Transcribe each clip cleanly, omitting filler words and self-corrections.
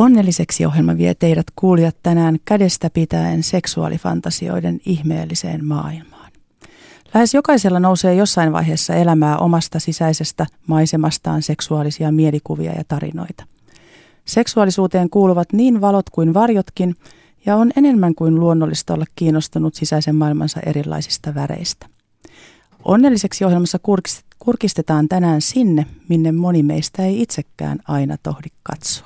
Onnelliseksi ohjelma vie teidät kuulijat tänään kädestä pitäen seksuaalifantasioiden ihmeelliseen maailmaan. Lähes jokaisella nousee jossain vaiheessa elämää omasta sisäisestä maisemastaan seksuaalisia mielikuvia ja tarinoita. Seksuaalisuuteen kuuluvat niin valot kuin varjotkin, ja on enemmän kuin luonnollista olla kiinnostunut sisäisen maailmansa erilaisista väreistä. Onnelliseksi ohjelmassa kurkistetaan tänään sinne, minne moni meistä ei itsekään aina tohdi katsoa.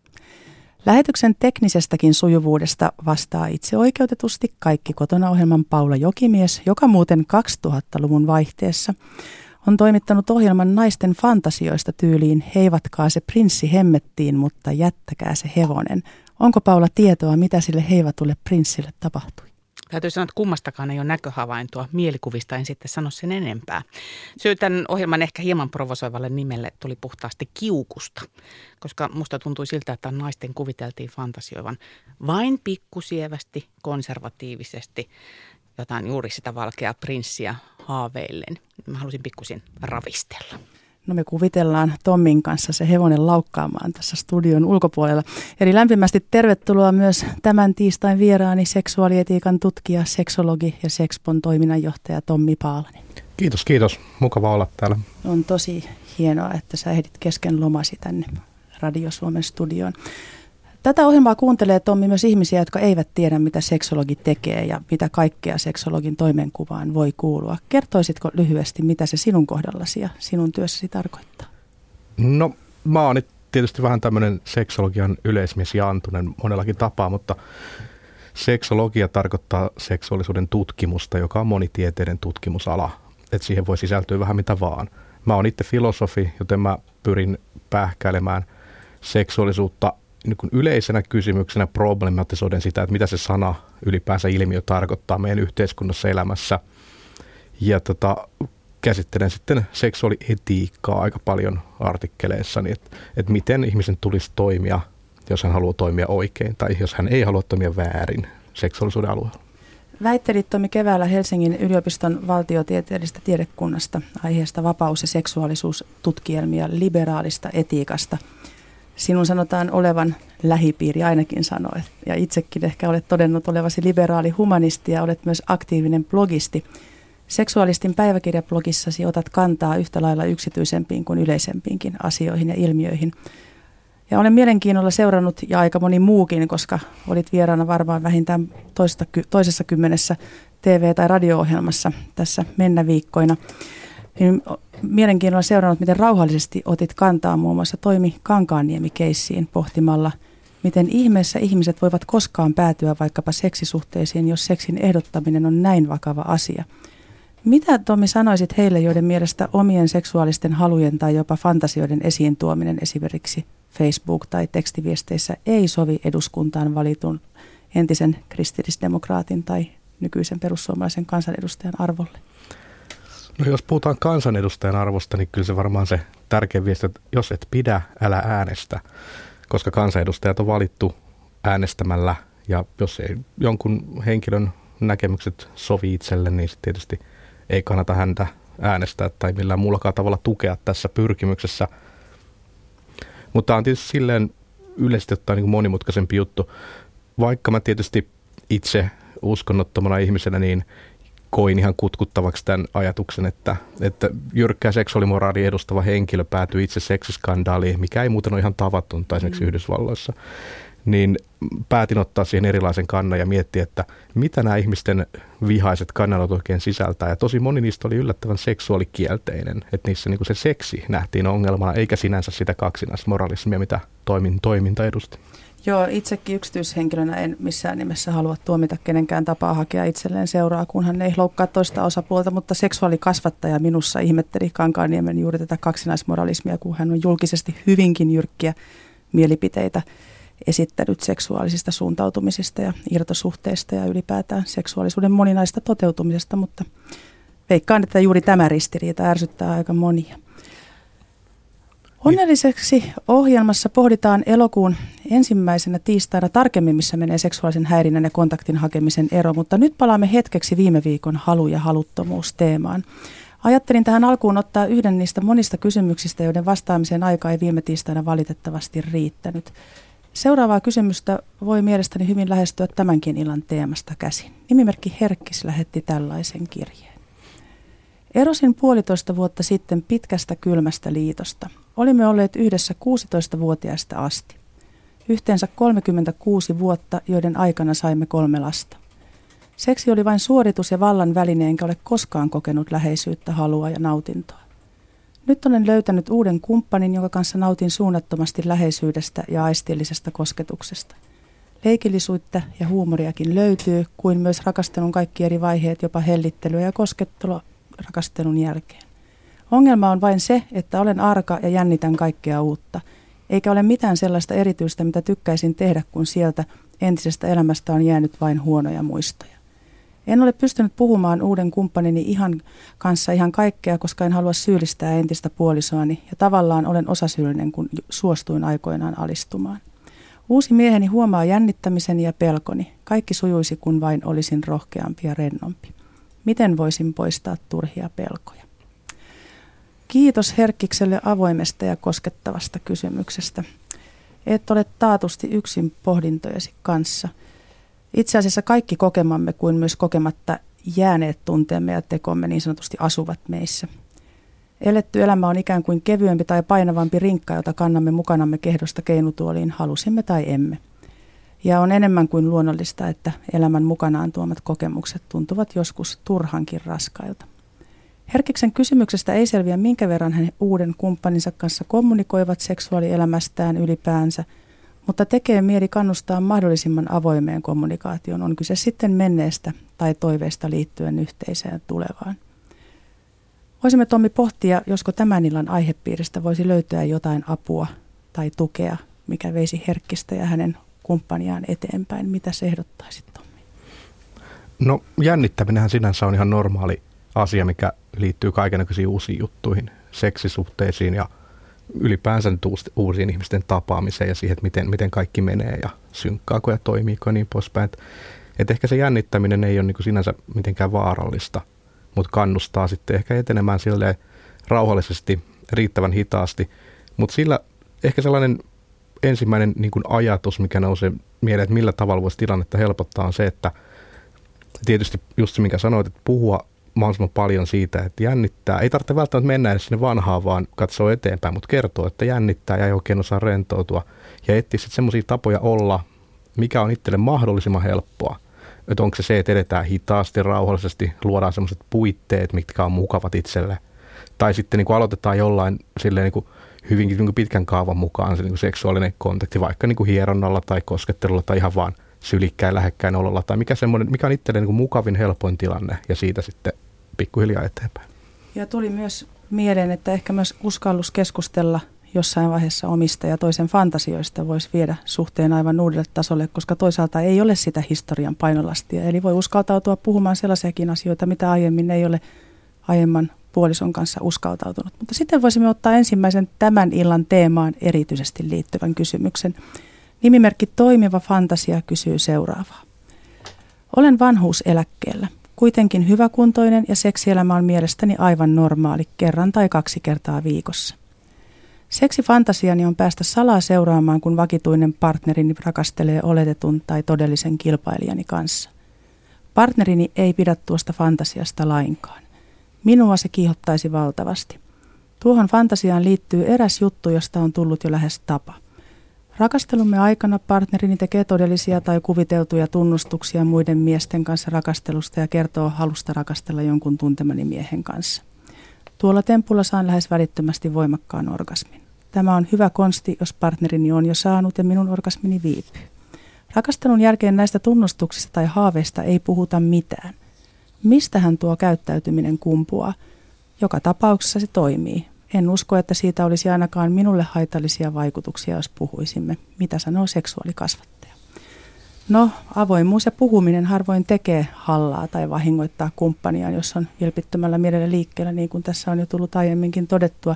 Lähetyksen teknisestäkin sujuvuudesta vastaa itse oikeutetusti Kaikki kotona -ohjelman Paula Jokimies, joka muuten 2000-luvun vaihteessa on toimittanut ohjelman naisten fantasioista tyyliin heivatkaa se prinssi hemmettiin, mutta jättäkää se hevonen. Onko Paula tietoa, mitä sille heivatulle prinssille tapahtui? Täytyy sanoa, että kummastakaan ei ole näköhavaintoa. Mielikuvista en sitten sano sen enempää. Syy tämän ohjelman ehkä hieman provosoivalle nimelle tuli puhtaasti kiukusta, koska musta tuntui siltä, että naisten kuviteltiin fantasioivan vain pikkusievästi, konservatiivisesti jotain juuri sitä valkeaa prinssiä haaveillen. Mä halusin pikkusin ravistella. No me kuvitellaan Tommin kanssa se hevonen laukkaamaan tässä studion ulkopuolella. Eli lämpimästi tervetuloa myös tämän tiistain vieraani seksuaalietiikan tutkija, seksologi ja Sexpon toiminnanjohtaja Tommi Paalanen. Kiitos. Mukava olla täällä. On tosi hienoa, että sä ehdit kesken lomasi tänne Radio Suomen studioon. Tätä ohjelmaa kuuntelee, Tommi, myös ihmisiä, jotka eivät tiedä, mitä seksologi tekee ja mitä kaikkea seksologin toimenkuvaan voi kuulua. Kertoisitko lyhyesti, mitä se sinun kohdallasi ja sinun työssäsi tarkoittaa? No, mä oon nyt tietysti vähän tämmöinen seksologian yleismies ja antunen monellakin tapaa, mutta seksologia tarkoittaa seksuaalisuuden tutkimusta, joka on monitieteiden tutkimusala. Että siihen voi sisältyä vähän mitä vaan. Mä oon itse filosofi, joten mä pyrin pähkäilemään seksuaalisuutta niin kuin yleisenä kysymyksenä problematisoiden sitä, että mitä se sana ylipäänsä ilmiö tarkoittaa meidän yhteiskunnassa elämässä. Ja käsittelen sitten seksuaalietiikkaa aika paljon artikkeleissani, että miten ihmisen tulisi toimia, jos hän haluaa toimia oikein tai jos hän ei halua toimia väärin seksuaalisuuden alueella. Väittelit, Tommi, keväällä Helsingin yliopiston valtiotieteellisestä tiedekunnasta aiheesta vapaus- ja seksuaalisuustutkielmia liberaalista etiikasta. Sinun sanotaan olevan lähipiiri, ainakin sanoit, ja itsekin ehkä olet todennut olevasi liberaali humanisti ja olet myös aktiivinen blogisti. Seksuaalistin päiväkirjablogissasi otat kantaa yhtä lailla yksityisempiin kuin yleisempiinkin asioihin ja ilmiöihin. Ja olen mielenkiinnolla seurannut, ja aika moni muukin, koska olit vieraana varmaan vähintään toisessa 10 TV- tai radio-ohjelmassa tässä mennä-viikkoina. Niin mielenkiinnolla seurannut, miten rauhallisesti otit kantaa muun muassa Toimi Kankaanniemi-keissiin pohtimalla, miten ihmeessä ihmiset voivat koskaan päätyä vaikkapa seksisuhteisiin, jos seksin ehdottaminen on näin vakava asia. Mitä, Tommi, sanoisit heille, joiden mielestä omien seksuaalisten halujen tai jopa fantasioiden esiin tuominen esimerkiksi Facebook- tai tekstiviesteissä ei sovi eduskuntaan valitun entisen kristillisdemokraatin tai nykyisen perussuomalaisen kansanedustajan arvolle? No jos puhutaan kansanedustajan arvosta, niin kyllä se varmaan se tärkein viesti, että jos et pidä, älä äänestä, koska kansanedustajat on valittu äänestämällä ja jos ei jonkun henkilön näkemykset sovi itselle, niin tietysti ei kannata häntä äänestää tai millään muullakaan tavalla tukea tässä pyrkimyksessä. Mutta tämä on tietysti silleen yleisesti ottaen niin kuin monimutkaisempi juttu. Vaikka mä tietysti itse uskonnottomana ihmisenä niin koin ihan kutkuttavaksi tämän ajatuksen, että jyrkkää seksuaalimoraalia edustava henkilö päätyy itse seksiskandaaliin, mikä ei muuten ole ihan tavatonta esimerkiksi Yhdysvalloissa, niin päätin ottaa siihen erilaisen kannan ja miettiä, että mitä nämä ihmisten vihaiset kannanotot oikein sisältää. Ja tosi moni niistä oli yllättävän seksuaalikielteinen, että niissä niin kuin se seksi nähtiin ongelmana, eikä sinänsä sitä kaksinaismoralismia, mitä toiminta edusti. Joo, itsekin yksityishenkilönä en missään nimessä halua tuomita kenenkään tapaa hakea itselleen seuraa, kunhan ei loukkaa toista osapuolta, mutta seksuaalikasvattaja minussa ihmetteli Kankaanniemen juuri tätä kaksinaismoralismia, kun hän on julkisesti hyvinkin jyrkkiä mielipiteitä esittänyt seksuaalisista suuntautumisista ja irtosuhteista ja ylipäätään seksuaalisuuden moninaista toteutumisesta, mutta veikkaan, että juuri tämä ristiriita ärsyttää aika monia. Onnelliseksi ohjelmassa pohditaan elokuun ensimmäisenä tiistaina tarkemmin, missä menee seksuaalisen häirinnän ja kontaktin hakemisen ero, mutta nyt palaamme hetkeksi viime viikon halu- ja haluttomuus teemaan. Ajattelin tähän alkuun ottaa yhden niistä monista kysymyksistä, joiden vastaamiseen aika ei viime tiistaina valitettavasti riittänyt. Seuraavaa kysymystä voi mielestäni hyvin lähestyä tämänkin illan teemasta käsin. Nimimerkki Herkkis lähetti tällaisen kirjeen. Erosin 1,5 vuotta sitten pitkästä kylmästä liitosta. Olimme olleet yhdessä 16-vuotiaasta asti. Yhteensä 36 vuotta, joiden aikana saimme 3 lasta. Seksi oli vain suoritus ja vallan väline, enkä ole koskaan kokenut läheisyyttä, halua ja nautintoa. Nyt olen löytänyt uuden kumppanin, jonka kanssa nautin suunnattomasti läheisyydestä ja aistillisesta kosketuksesta. Leikillisyyttä ja huumoriakin löytyy, kuin myös rakastelun kaikki eri vaiheet, jopa hellittelyä ja koskettelua rakastelun jälkeen. Ongelma on vain se, että olen arka ja jännitän kaikkea uutta, eikä ole mitään sellaista erityistä, mitä tykkäisin tehdä, kun sieltä entisestä elämästä on jäänyt vain huonoja muistoja. En ole pystynyt puhumaan uuden kumppanini kanssa ihan kaikkea, koska en halua syyllistää entistä puolisoani ja tavallaan olen osasyyllinen, kun suostuin aikoinaan alistumaan. Uusi mieheni huomaa jännittämisen ja pelkoni. Kaikki sujuisi, kun vain olisin rohkeampi ja rennompi. Miten voisin poistaa turhia pelkoja? Kiitos Herkkikselle avoimesta ja koskettavasta kysymyksestä. Et ole taatusti yksin pohdintojesi kanssa. Itse asiassa kaikki kokemamme kuin myös kokematta jääneet tunteemme ja tekomme niin sanotusti asuvat meissä. Eletty elämä on ikään kuin kevyempi tai painavampi rinkka, jota kannamme mukanamme kehdosta keinutuoliin, halusimme tai emme. Ja on enemmän kuin luonnollista, että elämän mukanaan tuomat kokemukset tuntuvat joskus turhankin raskailta. Herkkiksen kysymyksestä ei selviä, minkä verran hän uuden kumppaninsa kanssa kommunikoivat seksuaalielämästään ylipäänsä, mutta tekee mieli kannustaa mahdollisimman avoimeen kommunikaatioon, on kyse sitten menneestä tai toiveesta liittyen yhteiseen tulevaan. Voisimme, Tommi, pohtia, josko tämän illan aihepiiristä voisi löytyä jotain apua tai tukea, mikä veisi Herkkistä ja hänen kumppaniaan eteenpäin. Mitä se ehdottaisit, Tommi? No, jännittäminenhän sinänsä on ihan normaali asia, mikä liittyy kaikennäköisiin uusiin juttuihin, seksisuhteisiin ja ylipäänsä uusien ihmisten tapaamiseen ja siihen, että miten kaikki menee ja synkkaako ja toimiiko ja niin poispäin. Että ehkä se jännittäminen ei ole niin kuin sinänsä mitenkään vaarallista, mutta kannustaa sitten ehkä etenemään silleen rauhallisesti, riittävän hitaasti. Mutta sillä ehkä sellainen ensimmäinen niin kuin ajatus, mikä nousee mieleen, että millä tavalla voisi tilannetta helpottaa, on se, että tietysti just se, mikä sanoit, että puhua mahdollisimman paljon siitä, että jännittää. Ei tarvitse välttämättä mennä edes sinne vanhaan, vaan katsoo eteenpäin, mutta kertoo, että jännittää ja ei oikein osaa rentoutua. Ja etsiä sitten semmoisia tapoja olla, mikä on itselle mahdollisimman helppoa. Että onko se, että edetään hitaasti, rauhallisesti, luodaan semmoiset puitteet, mitkä on mukavat itselle. Tai sitten niin kuin aloitetaan jollain silleen niin kuin hyvinkin niin kuin pitkän kaavan mukaan se niin kuin seksuaalinen kontakti, vaikka niin kuin hieronnalla tai koskettelulla tai ihan vaan sylikkäin, lähekkäin ololla tai mikä on itselle niin kuin mukavin, helpoin tilanne ja siitä sitten pikkuhiljaa eteenpäin. Ja tuli myös mieleen, että ehkä myös uskallus keskustella jossain vaiheessa omista ja toisen fantasioista voisi viedä suhteen aivan uudelle tasolle, koska toisaalta ei ole sitä historian painolastia. Eli voi uskaltautua puhumaan sellaisiakin asioita, mitä aiemmin ei ole aiemman puolison kanssa uskaltautunut. Mutta sitten voisimme ottaa ensimmäisen tämän illan teemaan erityisesti liittyvän kysymyksen. Nimimerkki Toimiva fantasia kysyy seuraavaa. Olen vanhuuseläkkeellä. Kuitenkin hyväkuntoinen ja seksielämä on mielestäni aivan normaali 1 tai 2 kertaa viikossa. Seksifantasiani on päästä salaa seuraamaan, kun vakituinen partnerini rakastelee oletetun tai todellisen kilpailijani kanssa. Partnerini ei pidä tuosta fantasiasta lainkaan. Minua se kiihottaisi valtavasti. Tuohon fantasiaan liittyy eräs juttu, josta on tullut jo lähes tapa. Rakastelumme aikana partnerini tekee todellisia tai kuviteltuja tunnustuksia muiden miesten kanssa rakastelusta ja kertoo halusta rakastella jonkun tuntemani miehen kanssa. Tuolla tempulla saan lähes välittömästi voimakkaan orgasmin. Tämä on hyvä konsti, jos partnerini on jo saanut ja minun orgasmini viipyy. Rakastelun jälkeen näistä tunnustuksista tai haaveista ei puhuta mitään. Mistähän tuo käyttäytyminen kumpuaa? Joka tapauksessa se toimii. En usko, että siitä olisi ainakaan minulle haitallisia vaikutuksia, jos puhuisimme. Mitä sanoo seksuaalikasvattaja? No, avoimuus ja puhuminen harvoin tekee hallaa tai vahingoittaa kumppaniaan, jos on vilpittömällä mielellä liikkeellä, niin kuin tässä on jo tullut aiemminkin todettua.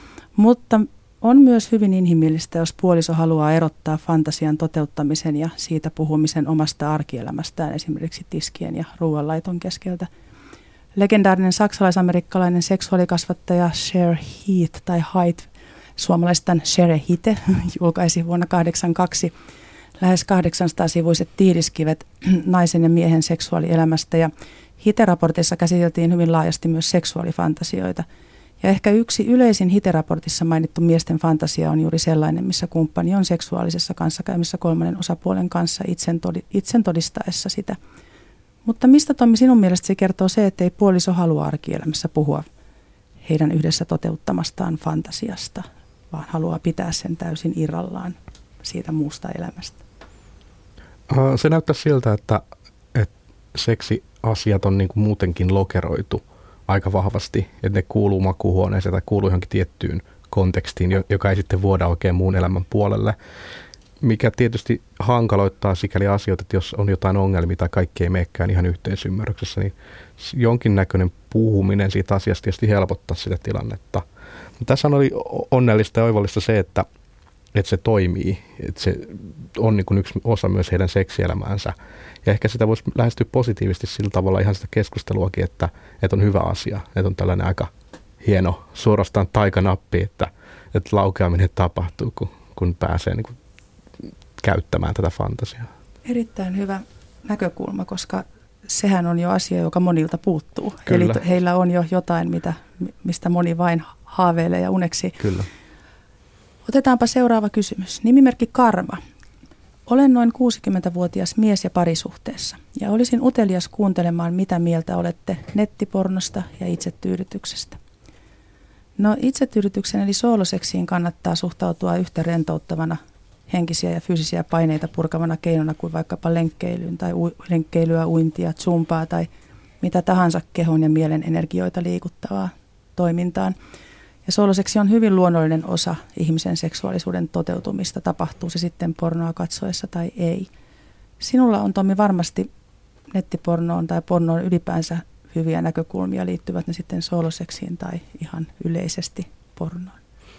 Mutta on myös hyvin inhimillistä, jos puoliso haluaa erottaa fantasian toteuttamisen ja siitä puhumisen omasta arkielämästään, esimerkiksi tiskien ja ruoanlaiton keskeltä. Legendaarinen saksalais-amerikkalainen seksuaalikasvattaja Cher Heath Suomalaisten Shere Hite julkaisi vuonna 1982 lähes 800-sivuiset tiiriskivet naisen ja miehen seksuaalielämästä, ja Hite-raportissa käsiteltiin hyvin laajasti myös seksuaalifantasioita. Ja ehkä yksi yleisin Hite-raportissa mainittu miesten fantasia on juuri sellainen, missä kumppani on seksuaalisessa kanssakäymissä kolmannen osapuolen kanssa itsen todistaessa sitä. Mutta mistä, Tommi, sinun mielestä se kertoo se, että ei puoliso halua arkielämässä puhua heidän yhdessä toteuttamastaan fantasiasta, vaan haluaa pitää sen täysin irrallaan siitä muusta elämästä? Se näyttää siltä, että seksiasiat on niin kuin muutenkin lokeroitu aika vahvasti, että ne kuuluu makuuhuoneeseen tai kuuluu johonkin tiettyyn kontekstiin, joka ei sitten vuoda oikein muun elämän puolelle, mikä tietysti hankaloittaa sikäli asioita, että jos on jotain ongelmia tai kaikki ei menekään ihan yhteisymmärryksessä, niin jonkinnäköinen puhuminen siitä asiasta tietysti helpottaa sitä tilannetta. Tässä oli onnellista ja oivallista se, että se toimii, että se on niin kuin yksi osa myös heidän seksielämäänsä. Ja ehkä sitä voisi lähestyä positiivisesti sillä tavalla ihan sitä keskusteluakin, että on hyvä asia, että on tällainen aika hieno suorastaan taikanappi, että laukeaminen tapahtuu, kun pääsee niin kuin käyttämään tätä fantasiaa. Erittäin hyvä näkökulma, koska sehän on jo asia, joka monilta puuttuu. Kyllä. Eli heillä on jo jotain, mistä moni vain haaveilee ja uneksi. Kyllä. Otetaanpa seuraava kysymys. Nimimerkki Karma. Olen noin 60-vuotias mies ja parisuhteessa ja olisin utelias kuuntelemaan, mitä mieltä olette nettipornosta ja itsetyydytyksestä. No, itsetyydytyksen eli sooloseksiin kannattaa suhtautua yhtä rentouttavana henkisiä ja fyysisiä paineita purkavana keinona kuin vaikkapa lenkkeilyyn tai lenkkeilyä, uintia, zumpaa tai mitä tahansa kehon ja mielen energioita liikuttavaa toimintaan. Ja sooloseksi on hyvin luonnollinen osa ihmisen seksuaalisuuden toteutumista, tapahtuu se sitten pornoa katsoessa tai ei. Sinulla on, Tommi, varmasti nettipornoon tai pornoon ylipäänsä hyviä näkökulmia, liittyvät ne sitten sooloseksiin tai ihan yleisesti pornoon.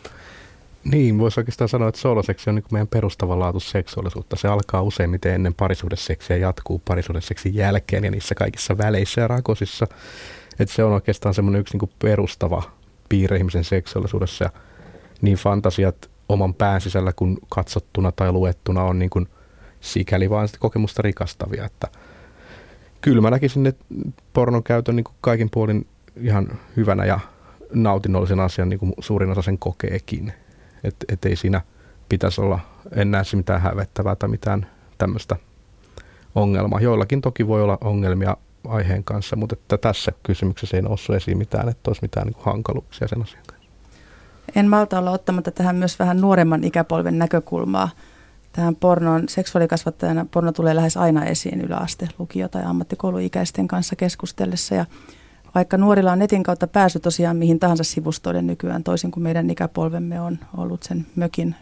Niin, voisi oikeastaan sanoa, että sooloseksi on niin kuin meidän perustavanlaatuista seksuaalisuutta. Se alkaa useimmiten ennen parisuhdeseksiä ja jatkuu parisuhdeseksin jälkeen ja niissä kaikissa väleissä ja rakosissa. Että se on oikeastaan semmoinen yksi niin kuin perustava piirre ihmisen seksuaalisuudessa. Ja niin fantasiat oman pään sisällä kuin katsottuna tai luettuna on niin kuin sikäli vaan sitä kokemusta rikastavia. Että kyllä mä näkisin, että pornon käytön niin kuin kaikin puolin ihan hyvänä ja nautinnollisen asian, niin kuin suurin osa sen kokeekin. Että ei siinä pitäisi olla enää mitään hävettävää tai mitään tämmöistä ongelmaa. Joillakin toki voi olla ongelmia aiheen kanssa, mutta että tässä kysymyksessä ei noussut esiin mitään, että olisi mitään niin kuin hankaluuksia sen asian kanssa. En malta olla ottamatta tähän myös vähän nuoremman ikäpolven näkökulmaa. Tähän pornoon, seksuaalikasvattajana porno tulee lähes aina esiin yläaste, lukio- tai ammattikouluikäisten kanssa keskustellessa. Ja vaikka nuorilla on netin kautta pääsy tosiaan mihin tahansa sivustoille nykyään, toisin kuin meidän ikäpolvemme on ollut sen mökin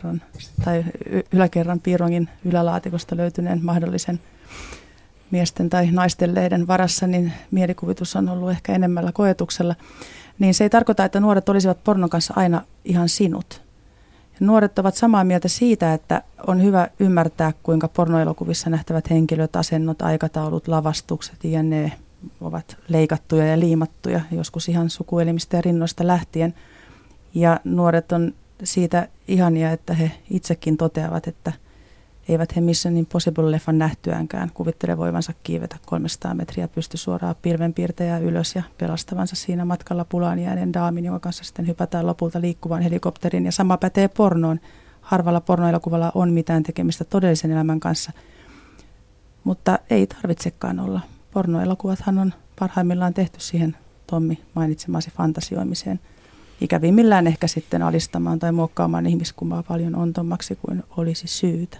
yläkerran piirongin ylälaatikosta löytyneen mahdollisen miesten tai naisten lehden varassa, niin mielikuvitus on ollut ehkä enemmällä koetuksella. Niin se ei tarkoita, että nuoret olisivat pornon kanssa aina ihan sinut. Ja nuoret ovat samaa mieltä siitä, että on hyvä ymmärtää, kuinka pornoelokuvissa nähtävät henkilöt, asennot, aikataulut, lavastukset jne. Ovat leikattuja ja liimattuja, joskus ihan sukuelimistä ja rinnoista lähtien. Ja nuoret on siitä ihania, että he itsekin toteavat, että eivät he Mission Impossible-leffan nähtyäänkään kuvittele voivansa kiivetä 300 metriä pystysuoraa pilvenpiirtäjää ylös ja pelastavansa siinä matkalla pulaan jääneen daamin, jonka kanssa sitten hypätään lopulta liikkuvaan helikopteriin. Ja sama pätee pornoon. Harvalla pornoelokuvalla on mitään tekemistä todellisen elämän kanssa, mutta ei tarvitsekaan olla. Pornoelokuvathan on parhaimmillaan tehty siihen Tommi mainitsemasi fantasioimiseen. Ikävimmillään ehkä sitten alistamaan tai muokkaamaan ihmiskuvaa paljon ontommaksi kuin olisi syytä.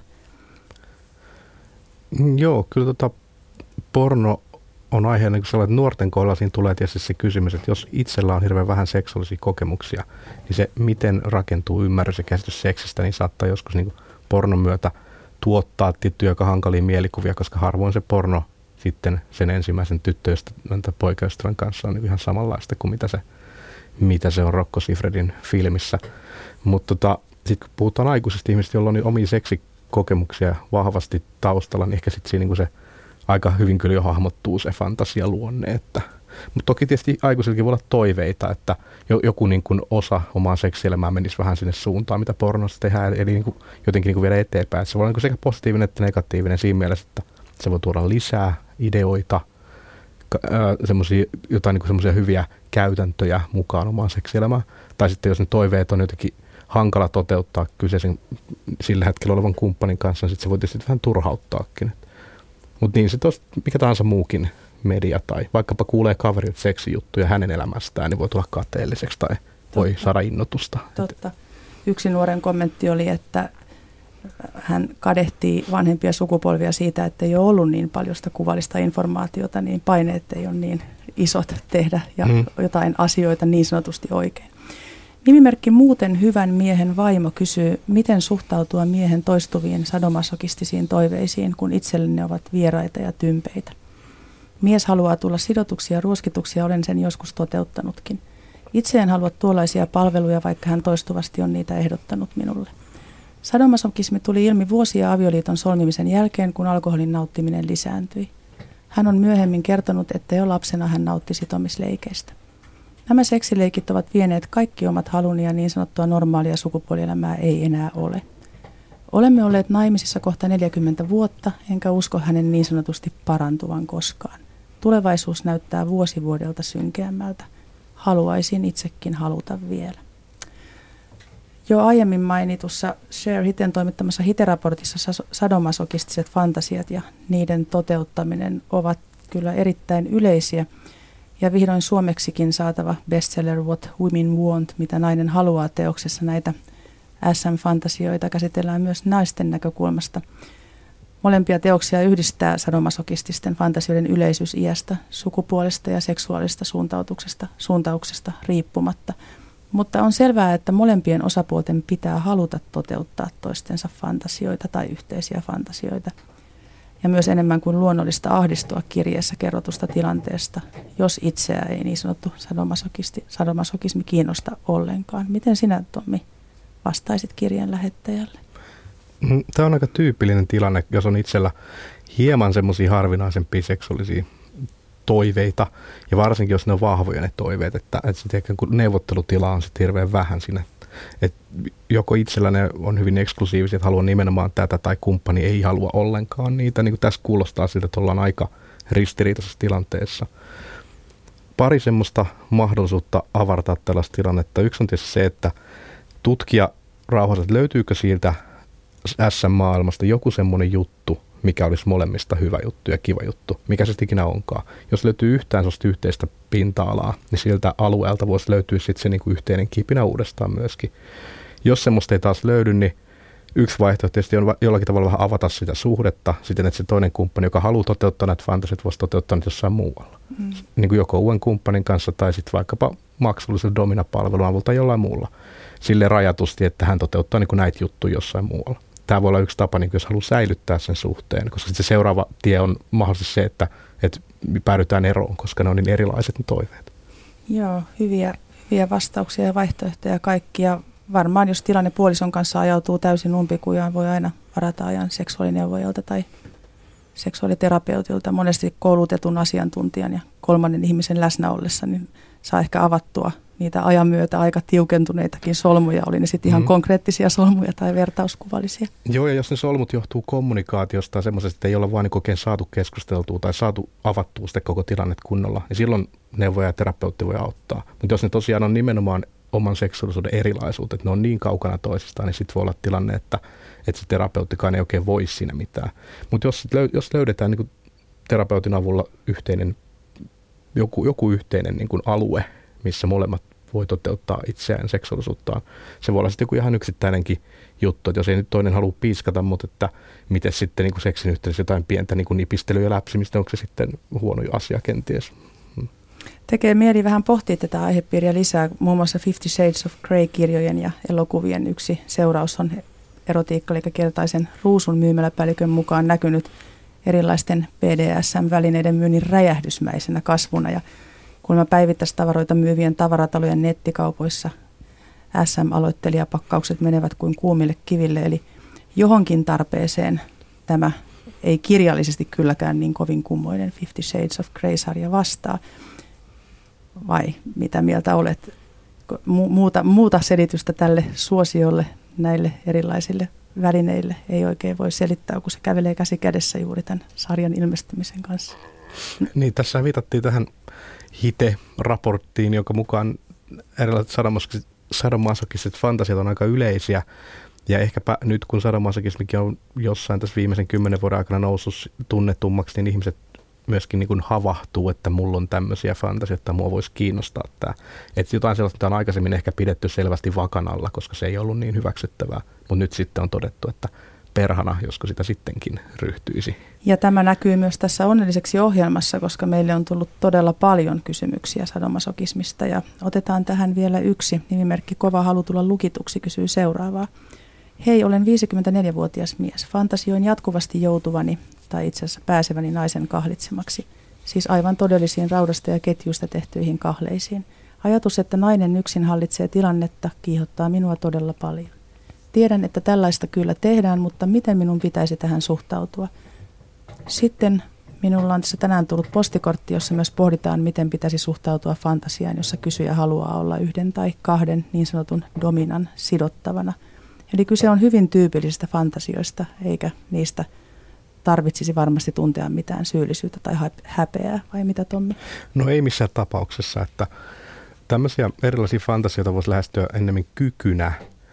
Joo, kyllä porno on aiheena, kun sellainen, että nuorten kohdalla siinä tulee tietysti se kysymys, että jos itsellä on hirveän vähän seksuaalisia kokemuksia, niin se miten rakentuu ymmärrys ja käsitys seksistä, niin saattaa joskus niin kuin pornon myötä tuottaa tiettyjä aika hankalia mielikuvia, koska harvoin se porno sitten sen ensimmäisen tyttöystävän tai poikaystävän kanssa on ihan samanlaista kuin mitä se on Rocco Siffredin filmissä. Mutta sitten kun puhutaan aikuisista ihmisistä, joilla on niin omia seksikokemuksia vahvasti taustalla, niin ehkä sitten siinä niin se aika hyvin kyllä jo hahmottuu se fantasialuonne, että Mutta toki tietysti aikuisillakin voi olla toiveita, että joku niin kuin osa omaa seksielämää menisi vähän sinne suuntaan, mitä pornossa tehdään, eli niin kuin jotenkin niin kuin viedä eteenpäin. Et se voi olla niin kuin sekä positiivinen että negatiivinen siinä mielessä, että se voi tuoda lisää ideoita, jotain niin semmoisia hyviä käytäntöjä mukaan omaan seksielämään. Tai sitten jos ne toiveet on jotenkin hankala toteuttaa kyseisen sillä hetkellä olevan kumppanin kanssa, niin sitten se voi tietysti vähän turhauttaakin. Mutta niin se mikä tahansa muukin media tai vaikkapa kuulee kaverilta seksijuttuja hänen elämästään, niin voi tulla kateelliseksi tai voi saada innotusta. Totta. Yksi nuoren kommentti oli, että hän kadehtii vanhempia sukupolvia siitä, että ei ole ollut niin paljon sitä kuvallista informaatiota, niin paineet ei ole niin isot tehdä ja jotain asioita niin sanotusti oikein. Nimimerkki Muuten hyvän miehen vaimo kysyy, miten suhtautua miehen toistuviin sadomasokistisiin toiveisiin, kun itselleni ne ovat vieraita ja tympeitä. Mies haluaa tulla sidotuksia ja ruoskituksia, olen sen joskus toteuttanutkin. Itse en halua tuollaisia palveluja, vaikka hän toistuvasti on niitä ehdottanut minulle. Sadomasokismi tuli ilmi vuosia avioliiton solmimisen jälkeen, kun alkoholin nauttiminen lisääntyi. Hän on myöhemmin kertonut, että jo lapsena hän nautti sitomisleikeistä. Nämä seksileikit ovat vieneet kaikki omat haluni ja niin sanottua normaalia sukupuolielämää ei enää ole. Olemme olleet naimisissa kohta 40 vuotta, enkä usko hänen niin sanotusti parantuvan koskaan. Tulevaisuus näyttää vuosi vuodelta synkeämmältä. Haluaisin itsekin haluta vielä. Jo aiemmin mainitussa Share Hiten toimittamassa Hite-raportissa sadomasokistiset fantasiat ja niiden toteuttaminen ovat kyllä erittäin yleisiä. Ja vihdoin suomeksikin saatava bestseller What Women Want, mitä nainen haluaa -teoksessa näitä SM-fantasioita käsitellään myös naisten näkökulmasta. Molempia teoksia yhdistää sadomasokististen fantasioiden yleisyys iästä, sukupuolesta ja seksuaalista suuntauksesta riippumatta. Mutta on selvää, että molempien osapuolten pitää haluta toteuttaa toistensa fantasioita tai yhteisiä fantasioita. Ja myös enemmän kuin luonnollista ahdistua kirjeessä kerrotusta tilanteesta, jos itseä ei niin sanottu sadomasokismi kiinnosta ollenkaan. Miten sinä, Tommi, vastaisit kirjeen lähettäjälle? Tämä on aika tyypillinen tilanne, jos on itsellä hieman semmoisia harvinaisempia seksuaalisia toiveita, ja varsinkin jos ne on vahvoja ne toiveet, että sitten kun neuvottelutila on sitten hirveän vähän siinä, että joko itsellä ne on hyvin eksklusiivisia, että haluaa nimenomaan tätä, tai kumppani ei halua ollenkaan niitä, niin kuin tässä kuulostaa siltä, että ollaan aika ristiriitaisessa tilanteessa. Pari semmoista mahdollisuutta avartaa tällaista tilannetta. Yksi on tietysti se, että tutkia rauhassa, että löytyykö sieltä SM-maailmasta joku semmoinen juttu, mikä olisi molemmista hyvä juttu ja kiva juttu, mikä se ikinä onkaan. Jos löytyy yhtään sellaista yhteistä pinta-alaa, niin siltä alueelta voisi löytyä sitten se niinku yhteinen kipinä uudestaan myöskin. Jos semmoista ei taas löydy, niin yksi vaihtoehto tietysti on jollakin tavalla vähän avata sitä suhdetta siten, että se toinen kumppani, joka haluaa toteuttaa näitä fantasiat, voisi toteuttaa niitä jossain muualla. Niin kuin joko uuden kumppanin kanssa tai sitten vaikkapa maksullisella Domina-palvelun avulla tai jollain muulla. Silleen rajatusti, että hän toteuttaa niin kuin näitä juttuja jossain muualla. Tämä voi olla yksi tapa, niin jos haluaa säilyttää sen suhteen, koska se seuraava tie on mahdollisesti se, että päädytään eroon, koska ne on niin erilaiset ne toiveet. Joo, hyviä vastauksia ja vaihtoehtoja kaikkia. Varmaan jos tilanne puolison kanssa ajautuu täysin umpikujaan, voi aina varata ajan seksuaalineuvojalta tai seksuaaliterapeutilta. Monesti koulutetun asiantuntijan ja kolmannen ihmisen läsnä ollessa niin saa ehkä avattua niitä ajan myötä aika tiukentuneitakin solmuja, oli ne sitten ihan konkreettisia solmuja tai vertauskuvallisia. Joo, ja jos ne solmut johtuu kommunikaatiosta tai semmoisesta, että ei olla vaan niin oikein saatu keskusteltua tai saatu avattua sitä koko tilannet kunnolla, niin silloin neuvoja ja terapeutti voi auttaa. Mutta jos ne tosiaan on nimenomaan oman seksuaalisuuden erilaisuudet, että ne on niin kaukana toisistaan, niin sitten voi olla tilanne, että se terapeuttikaan ei oikein voi siinä mitään. Mutta jos löydetään niin kuin terapeutin avulla yhteinen, joku yhteinen niin kuin alue, missä molemmat voi toteuttaa itseään seksuaalisuuttaan. Se voi olla sitten joku ihan yksittäinenkin juttu, että jos ei nyt toinen halua piiskata, mutta että miten sitten niin kuin seksin yhteydessä jotain pientä niin kuin nipistelyä ja läpsimistä, onko se sitten huono asia kenties? Tekee mieli vähän pohtia tätä aihepiiriä lisää. Muun muassa 50 Shades of Grey-kirjojen ja elokuvien yksi seuraus on erotiikka-liikekertaisen Ruusun myymäläpäällikön mukaan näkynyt erilaisten BDSM-välineiden myynnin räjähdysmäisenä kasvuna. Ja kun päivittäistavaroita myyvien tavaratalojen nettikaupoissa SM-aloittelijapakkaukset menevät kuin kuumille kiville, eli johonkin tarpeeseen tämä ei kirjallisesti kylläkään niin kovin kummoinen 50 Shades of Grey-sarja vastaa. vai mitä mieltä olet? Muuta selitystä tälle suosiolle, näille erilaisille välineille ei oikein voi selittää, kun se kävelee käsi kädessä juuri tämän sarjan ilmestymisen kanssa. Niin, tässä viitattiin tähän HITE-raporttiin, jonka mukaan erilaiset sadomasochistiset fantasiat on aika yleisiä. Ja ehkäpä nyt, kun sadomasochismikin on jossain tässä viimeisen 10 vuoden aikana noussut tunnetummaksi, niin ihmiset myöskin niin kuin havahtuu, että mulla on tämmöisiä fantasioita, että mua voisi kiinnostaa tämä. Että jotain sellaista, mitä on aikaisemmin ehkä pidetty selvästi vakan alla, koska se ei ollut niin hyväksyttävää. Mutta nyt sitten on todettu, että perhana, josko sitä sittenkin ryhtyisi. Ja tämä näkyy myös tässä Onnelliseksi -ohjelmassa, koska meille on tullut todella paljon kysymyksiä sadomasokismista. Ja otetaan tähän vielä yksi. Nimimerkki Kova halu tulla lukituksi kysyy seuraavaa. Hei, olen 54-vuotias mies. Fantasioin jatkuvasti joutuvani tai itse asiassa pääseväni naisen kahlitsemaksi. Siis aivan todellisiin raudasta ja ketjuista tehtyihin kahleisiin. Ajatus, että nainen yksin hallitsee tilannetta, kiihottaa minua todella paljon. Tiedän, että tällaista kyllä tehdään, mutta miten minun pitäisi tähän suhtautua? Sitten minulla on tässä tänään tullut postikortti, jossa myös pohditaan, miten pitäisi suhtautua fantasiaan, jossa kysyjä haluaa olla yhden tai kahden niin sanotun dominan sidottavana. Eli kyse on hyvin tyypillisistä fantasioista, eikä niistä tarvitsisi varmasti tuntea mitään syyllisyyttä tai häpeää, vai mitä, Tommi? No ei missään tapauksessa, että tämmöisiä erilaisia fantasioita voisi lähestyä ennemmin kykynä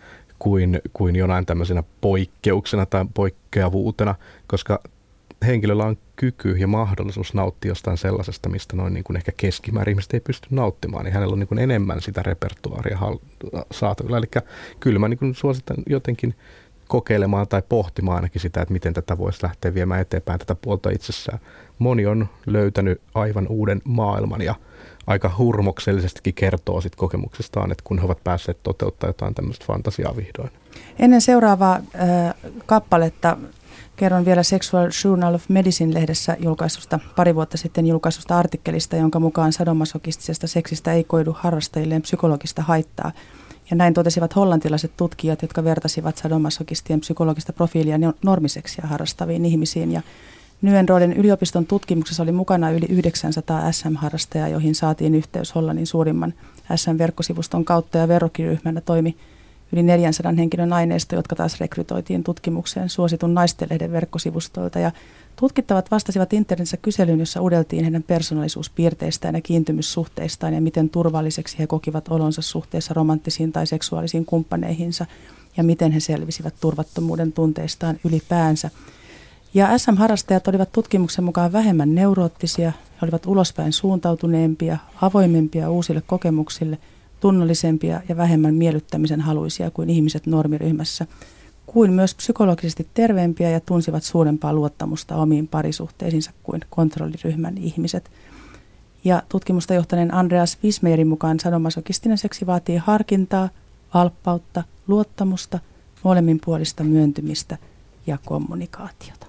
kuin jonain tämmöisenä poikkeuksena tai poikkeavuutena, koska henkilöllä on kyky ja mahdollisuus nauttia jostain sellaisesta, mistä noin niin kuin ehkä keskimäärin ihmiset ei pysty nauttimaan, niin hänellä on niin kuin enemmän sitä repertuaaria saatavilla. Eli kyllä mä niin kuin suositan jotenkin kokeilemaan tai pohtimaan ainakin sitä, että miten tätä voisi lähteä viemään eteenpäin tätä puolta itsessään. Moni on löytänyt aivan uuden maailman ja aika hurmoksellisestikin kertoo sit kokemuksestaan, että kun he ovat päässeet toteuttaa jotain tämmöistä fantasiaa vihdoin. Ennen seuraavaa kappaletta kerron vielä Sexual Journal of Medicine-lehdessä julkaisusta, pari vuotta sitten julkaisusta artikkelista, jonka mukaan sadomasokistisesta seksistä ei koidu harrastajilleen psykologista haittaa. Ja näin totesivat hollantilaiset tutkijat, jotka vertasivat sadomasokistien psykologista profiilia normiseksiä harrastaviin ihmisiin. Ja Nyenrooden yliopiston tutkimuksessa oli mukana yli 900 SM-harrastajaa, joihin saatiin yhteys Hollannin suurimman SM-verkkosivuston kautta, ja verrokkiryhmänä toimi yli 400 henkilön aineisto, jotka taas rekrytoitiin tutkimukseen suositun naistenlehden verkkosivustoilta. Ja tutkittavat vastasivat internetissä kyselyyn, jossa udeltiin heidän persoonallisuuspiirteistään ja kiintymyssuhteistaan ja miten turvalliseksi he kokivat olonsa suhteessa romanttisiin tai seksuaalisiin kumppaneihinsa ja miten he selvisivät turvattomuuden tunteistaan ylipäänsä. Ja SM-harrastajat olivat tutkimuksen mukaan vähemmän neuroottisia, he olivat ulospäin suuntautuneempia, avoimempia uusille kokemuksille, tunnollisempia ja vähemmän miellyttämisen haluisia kuin ihmiset normiryhmässä, kuin myös psykologisesti terveempiä ja tunsivat suurempaa luottamusta omiin parisuhteisiinsa kuin kontrolliryhmän ihmiset. Ja tutkimusta johtaneen Andreas Wismerin mukaan sadomasokistinen seksi vaatii harkintaa, valppautta, luottamusta, molemminpuolista myöntymistä ja kommunikaatiota.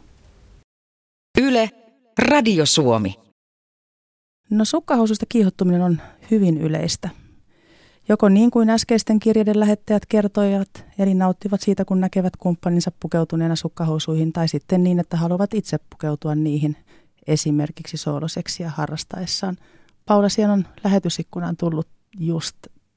Yle, Radio Suomi. No, sukkahousuista kiihottuminen on hyvin yleistä. Joko niin kuin äskeisten kirjeiden lähettäjät kertoivat, eli nauttivat siitä, kun näkevät kumppaninsa pukeutuneena sukkahousuihin, tai sitten niin, että haluavat itse pukeutua niihin, esimerkiksi sooloseksiä harrastaessaan. Paula Sienon lähetysikkunaan tullut just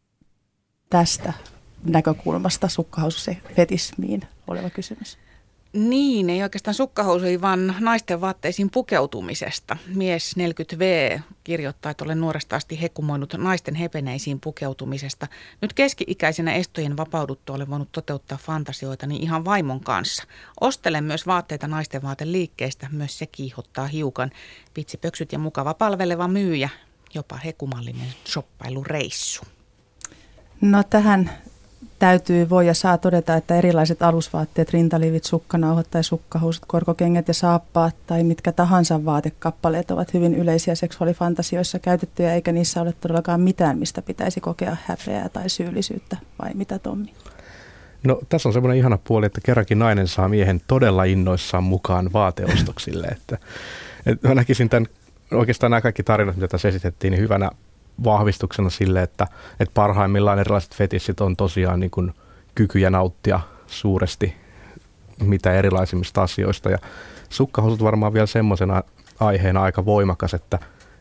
tästä näkökulmasta sukkahoususefetismiin oleva kysymys. Niin, ei oikeastaan sukkahousuihin, vaan naisten vaatteisiin pukeutumisesta. Mies 40V kirjoittaa, että olen nuoresta asti hekumoinut naisten hepeneisiin pukeutumisesta. Nyt keski-ikäisenä estojen vapauduttua olen voinut toteuttaa fantasioitani ihan vaimon kanssa. Ostelen myös vaatteita naisten vaateliikkeestä, myös se kiihottaa hiukan. Vitsipöksyt ja mukava palveleva myyjä, jopa hekumallinen shoppailureissu. No, tähän täytyy voi ja saa todeta, että erilaiset alusvaatteet, rintaliivit, sukkanauhat tai sukkahousut, korkokengät ja saappaat tai mitkä tahansa vaatekappaleet ovat hyvin yleisiä seksuaalifantasioissa käytettyjä, eikä niissä ole todellakaan mitään, mistä pitäisi kokea häpeää tai syyllisyyttä, vai mitä, Tommi? No, tässä on semmoinen ihana puoli, että kerrankin nainen saa miehen todella innoissaan mukaan vaateostoksille. Että mä näkisin tämän, oikeastaan nämä kaikki tarinat, mitä tässä esitettiin, niin hyvänä vahvistuksena sille, että parhaimmillaan erilaiset fetissit on tosiaan niin kuin kykyjä nauttia suuresti mitä erilaisimmista asioista. Ja sukkahousut varmaan vielä semmoisena aiheena aika voimakas, että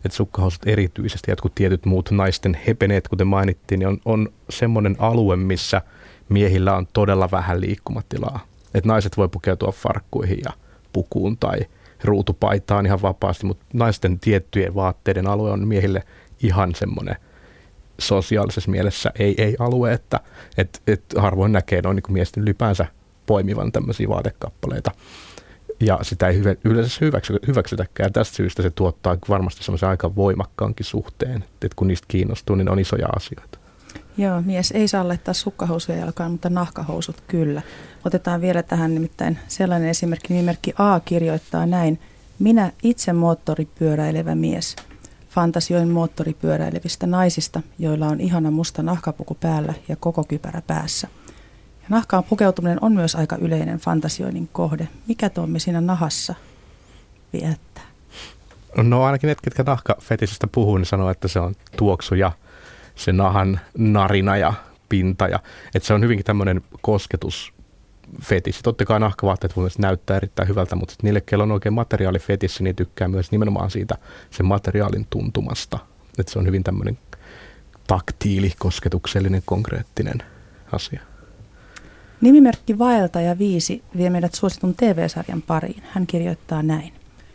että sukkahousut erityisesti, jotkut tietyt muut naisten hepeneet, kuten mainittiin, niin on semmoinen alue, missä miehillä on todella vähän liikkumatilaa. Että naiset voi pukeutua farkkuihin ja pukuun tai ruutupaitaan ihan vapaasti, mutta naisten tiettyjen vaatteiden alue on miehille ihan semmoinen sosiaalisessa mielessä ei-alue, että harvoin näkee noin niin kuin miesten ylipäänsä poimivan tämmöisiä vaatekappaleita. Ja sitä ei yleensä hyväksytäkään. Tästä syystä se tuottaa varmasti semmoisen aika voimakkaankin suhteen, että kun niistä kiinnostuu, niin on isoja asioita. Joo, mies ei saa laittaa sukkahousuja jalkaan, mutta nahkahousut kyllä. Otetaan vielä tähän nimittäin sellainen esimerkki. Nimimerkki A kirjoittaa näin. Minä itse moottoripyöräilevä mies. Fantasioin moottoripyöräilevistä naisista, joilla on ihana musta nahkapuku päällä ja koko kypärä päässä. Ja nahkaan pukeutuminen on myös aika yleinen fantasioinnin kohde. Mikä Tommi siinä nahassa viettää? No ainakin ne, ketkä nahkafetisistä puhuu, niin sanoo, että se on tuoksu ja se nahan narina ja pinta. Että se on hyvinkin tämmöinen kosketusfetissi. Totta kai nahkavaatteet voi myös näyttää erittäin hyvältä, mutta niille, kello on oikein materiaalifetissi, niin tykkää myös nimenomaan siitä sen materiaalin tuntumasta. Että se on hyvin tämmöinen taktiili, kosketuksellinen, konkreettinen asia. Nimimerkki Vaeltaja 5 vie meidät suositun TV-sarjan pariin. Hän kirjoittaa näin.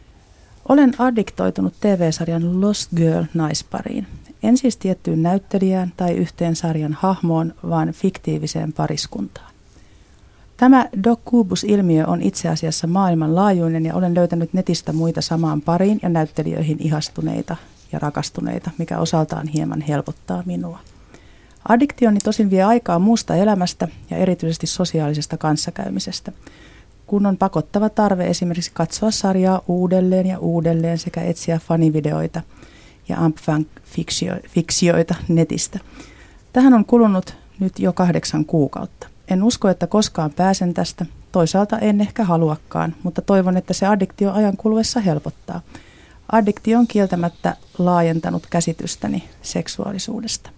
Olen addiktoitunut TV-sarjan Lost Girl -naispariin. En siis tiettyyn näyttelijään tai yhteen sarjan hahmoon, vaan fiktiiviseen pariskuntaan. Tämä Doccubus-ilmiö on itse asiassa maailmanlaajuinen ja olen löytänyt netistä muita samaan pariin ja näyttelijöihin ihastuneita ja rakastuneita, mikä osaltaan hieman helpottaa minua. Addiktioni tosin vie aikaa muusta elämästä ja erityisesti sosiaalisesta kanssakäymisestä, kun on pakottava tarve esimerkiksi katsoa sarjaa uudelleen ja uudelleen sekä etsiä fanivideoita ja amp-fiktioita netistä. Tähän on kulunut nyt jo 8 kuukautta. En usko, että koskaan pääsen tästä. Toisaalta en ehkä haluakaan, mutta toivon, että se addiktio ajan kuluessa helpottaa. Addiktio on kieltämättä laajentanut käsitystäni seksuaalisuudesta.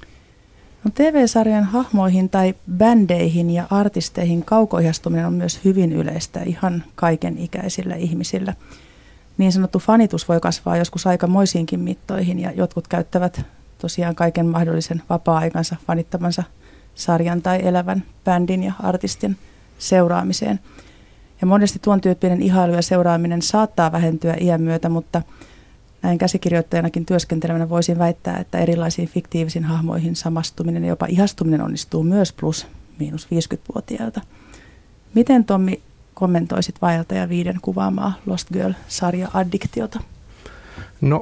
No, TV-sarjan hahmoihin tai bändeihin ja artisteihin kaukoihastuminen on myös hyvin yleistä ihan kaikenikäisillä ihmisillä. Niin sanottu fanitus voi kasvaa joskus aikamoisiinkin mittoihin ja jotkut käyttävät tosiaan kaiken mahdollisen vapaa-aikansa fanittamansa sarjan tai elävän bändin ja artistin seuraamiseen. Ja monesti tuon tyyppinen ihailu ja seuraaminen saattaa vähentyä iän myötä, mutta näin käsikirjoittajanakin työskentelevänä voisin väittää, että erilaisiin fiktiivisiin hahmoihin samastuminen ja jopa ihastuminen onnistuu myös +/-50-vuotiailta. Miten Tommi kommentoisit Vaeltaja 5 kuvaamaa Lost Girl-sarja-addiktiota? No,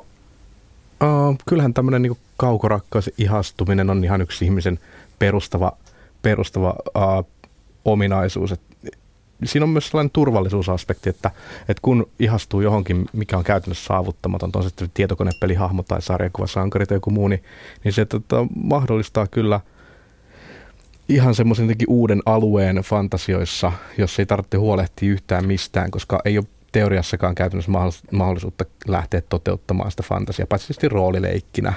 kyllähän tämmöinen niin kaukorakkaus ihastuminen on ihan yksi ihmisen perustava ominaisuus. Siinä on myös sellainen turvallisuusaspekti, että kun ihastuu johonkin, mikä on käytännössä saavuttamaton, on se sitten tietokonepelihahmo tai sarjakuvasankari tai joku muu, niin se mahdollistaa kyllä ihan semmoisen uuden alueen fantasioissa, jos ei tarvitse huolehtia yhtään mistään, koska ei ole teoriassakaan käytännössä mahdollisuutta lähteä toteuttamaan sitä fantasiaa, paitsi sitten roolileikkinä.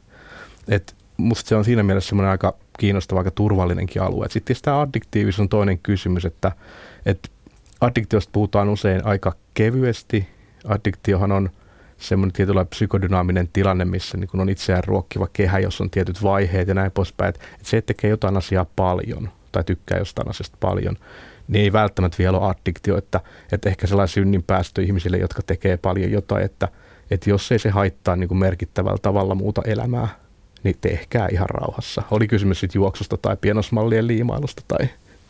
Musta se on siinä mielessä semmoinen aika kiinnostava, aika turvallinenkin alue. Sitten tämä addiktiivisuus on toinen kysymys, että addiktiosta puhutaan usein aika kevyesti. Addiktiohan on semmoinen tietynlainen psykodynaaminen tilanne, missä niin kun on itseään ruokkiva kehä, jos on tietyt vaiheet ja näin poispäin. Että se, että tekee jotain asiaa paljon tai tykkää jostain asiasta paljon, niin ei välttämättä vielä ole addiktio. Että ehkä sellainen synninpäästö ihmisille, jotka tekee paljon jotain, että jos ei se haittaa niin kuin merkittävällä tavalla muuta elämää, niin tehkää ihan rauhassa. Oli kysymys sitten juoksusta tai pienosmallien liimailusta tai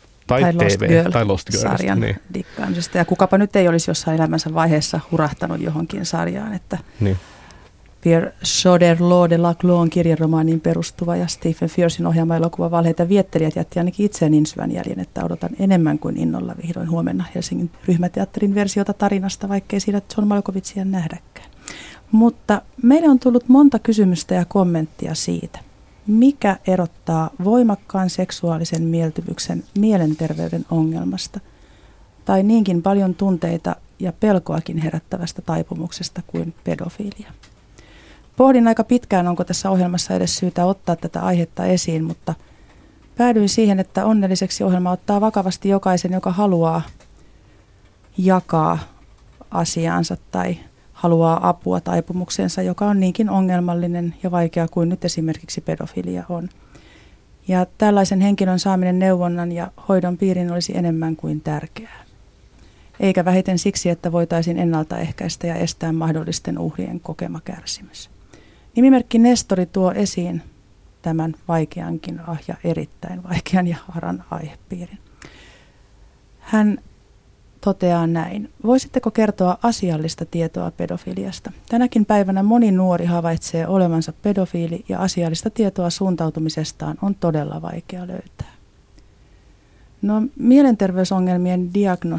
TV tai Lost Girl-sarjan niin dikkaamisesta. Ja kukapa nyt ei olisi jossain elämänsä vaiheessa hurahtanut johonkin sarjaan, että niin. Pierre Choderlos de Laclos kirjaromaaniin perustuva ja Stephen Fiersin ohjaama elokuva Valheita viettelijät jätti ainakin itseen niin syvän jäljen, että odotan enemmän kuin innolla vihdoin huomenna Helsingin ryhmäteatterin versiota tarinasta, vaikkei siinä John Malkovichia nähdäkään. Mutta meille on tullut monta kysymystä ja kommenttia siitä, mikä erottaa voimakkaan seksuaalisen mieltymyksen mielenterveyden ongelmasta tai niinkin paljon tunteita ja pelkoakin herättävästä taipumuksesta kuin pedofilia. Pohdin aika pitkään, onko tässä ohjelmassa edes syytä ottaa tätä aihetta esiin, mutta päädyin siihen, että onnelliseksi ohjelma ottaa vakavasti jokaisen, joka haluaa jakaa asiaansa tai haluaa apua taipumukseensa, joka on niinkin ongelmallinen ja vaikea kuin nyt esimerkiksi pedofilia on. Ja tällaisen henkilön saaminen neuvonnan ja hoidon piiriin olisi enemmän kuin tärkeää. Eikä vähiten siksi, että voitaisiin ennaltaehkäistä ja estää mahdollisten uhrien kokema kärsimys. Nimimerkki Nestori tuo esiin tämän vaikeankin ja erittäin vaikean ja aran aihepiirin. Hän toteaa näin. Voisitteko kertoa asiallista tietoa pedofiliasta? Tänäkin päivänä moni nuori havaitsee olevansa pedofiili ja asiallista tietoa suuntautumisestaan on todella vaikea löytää. No, mielenterveysongelmien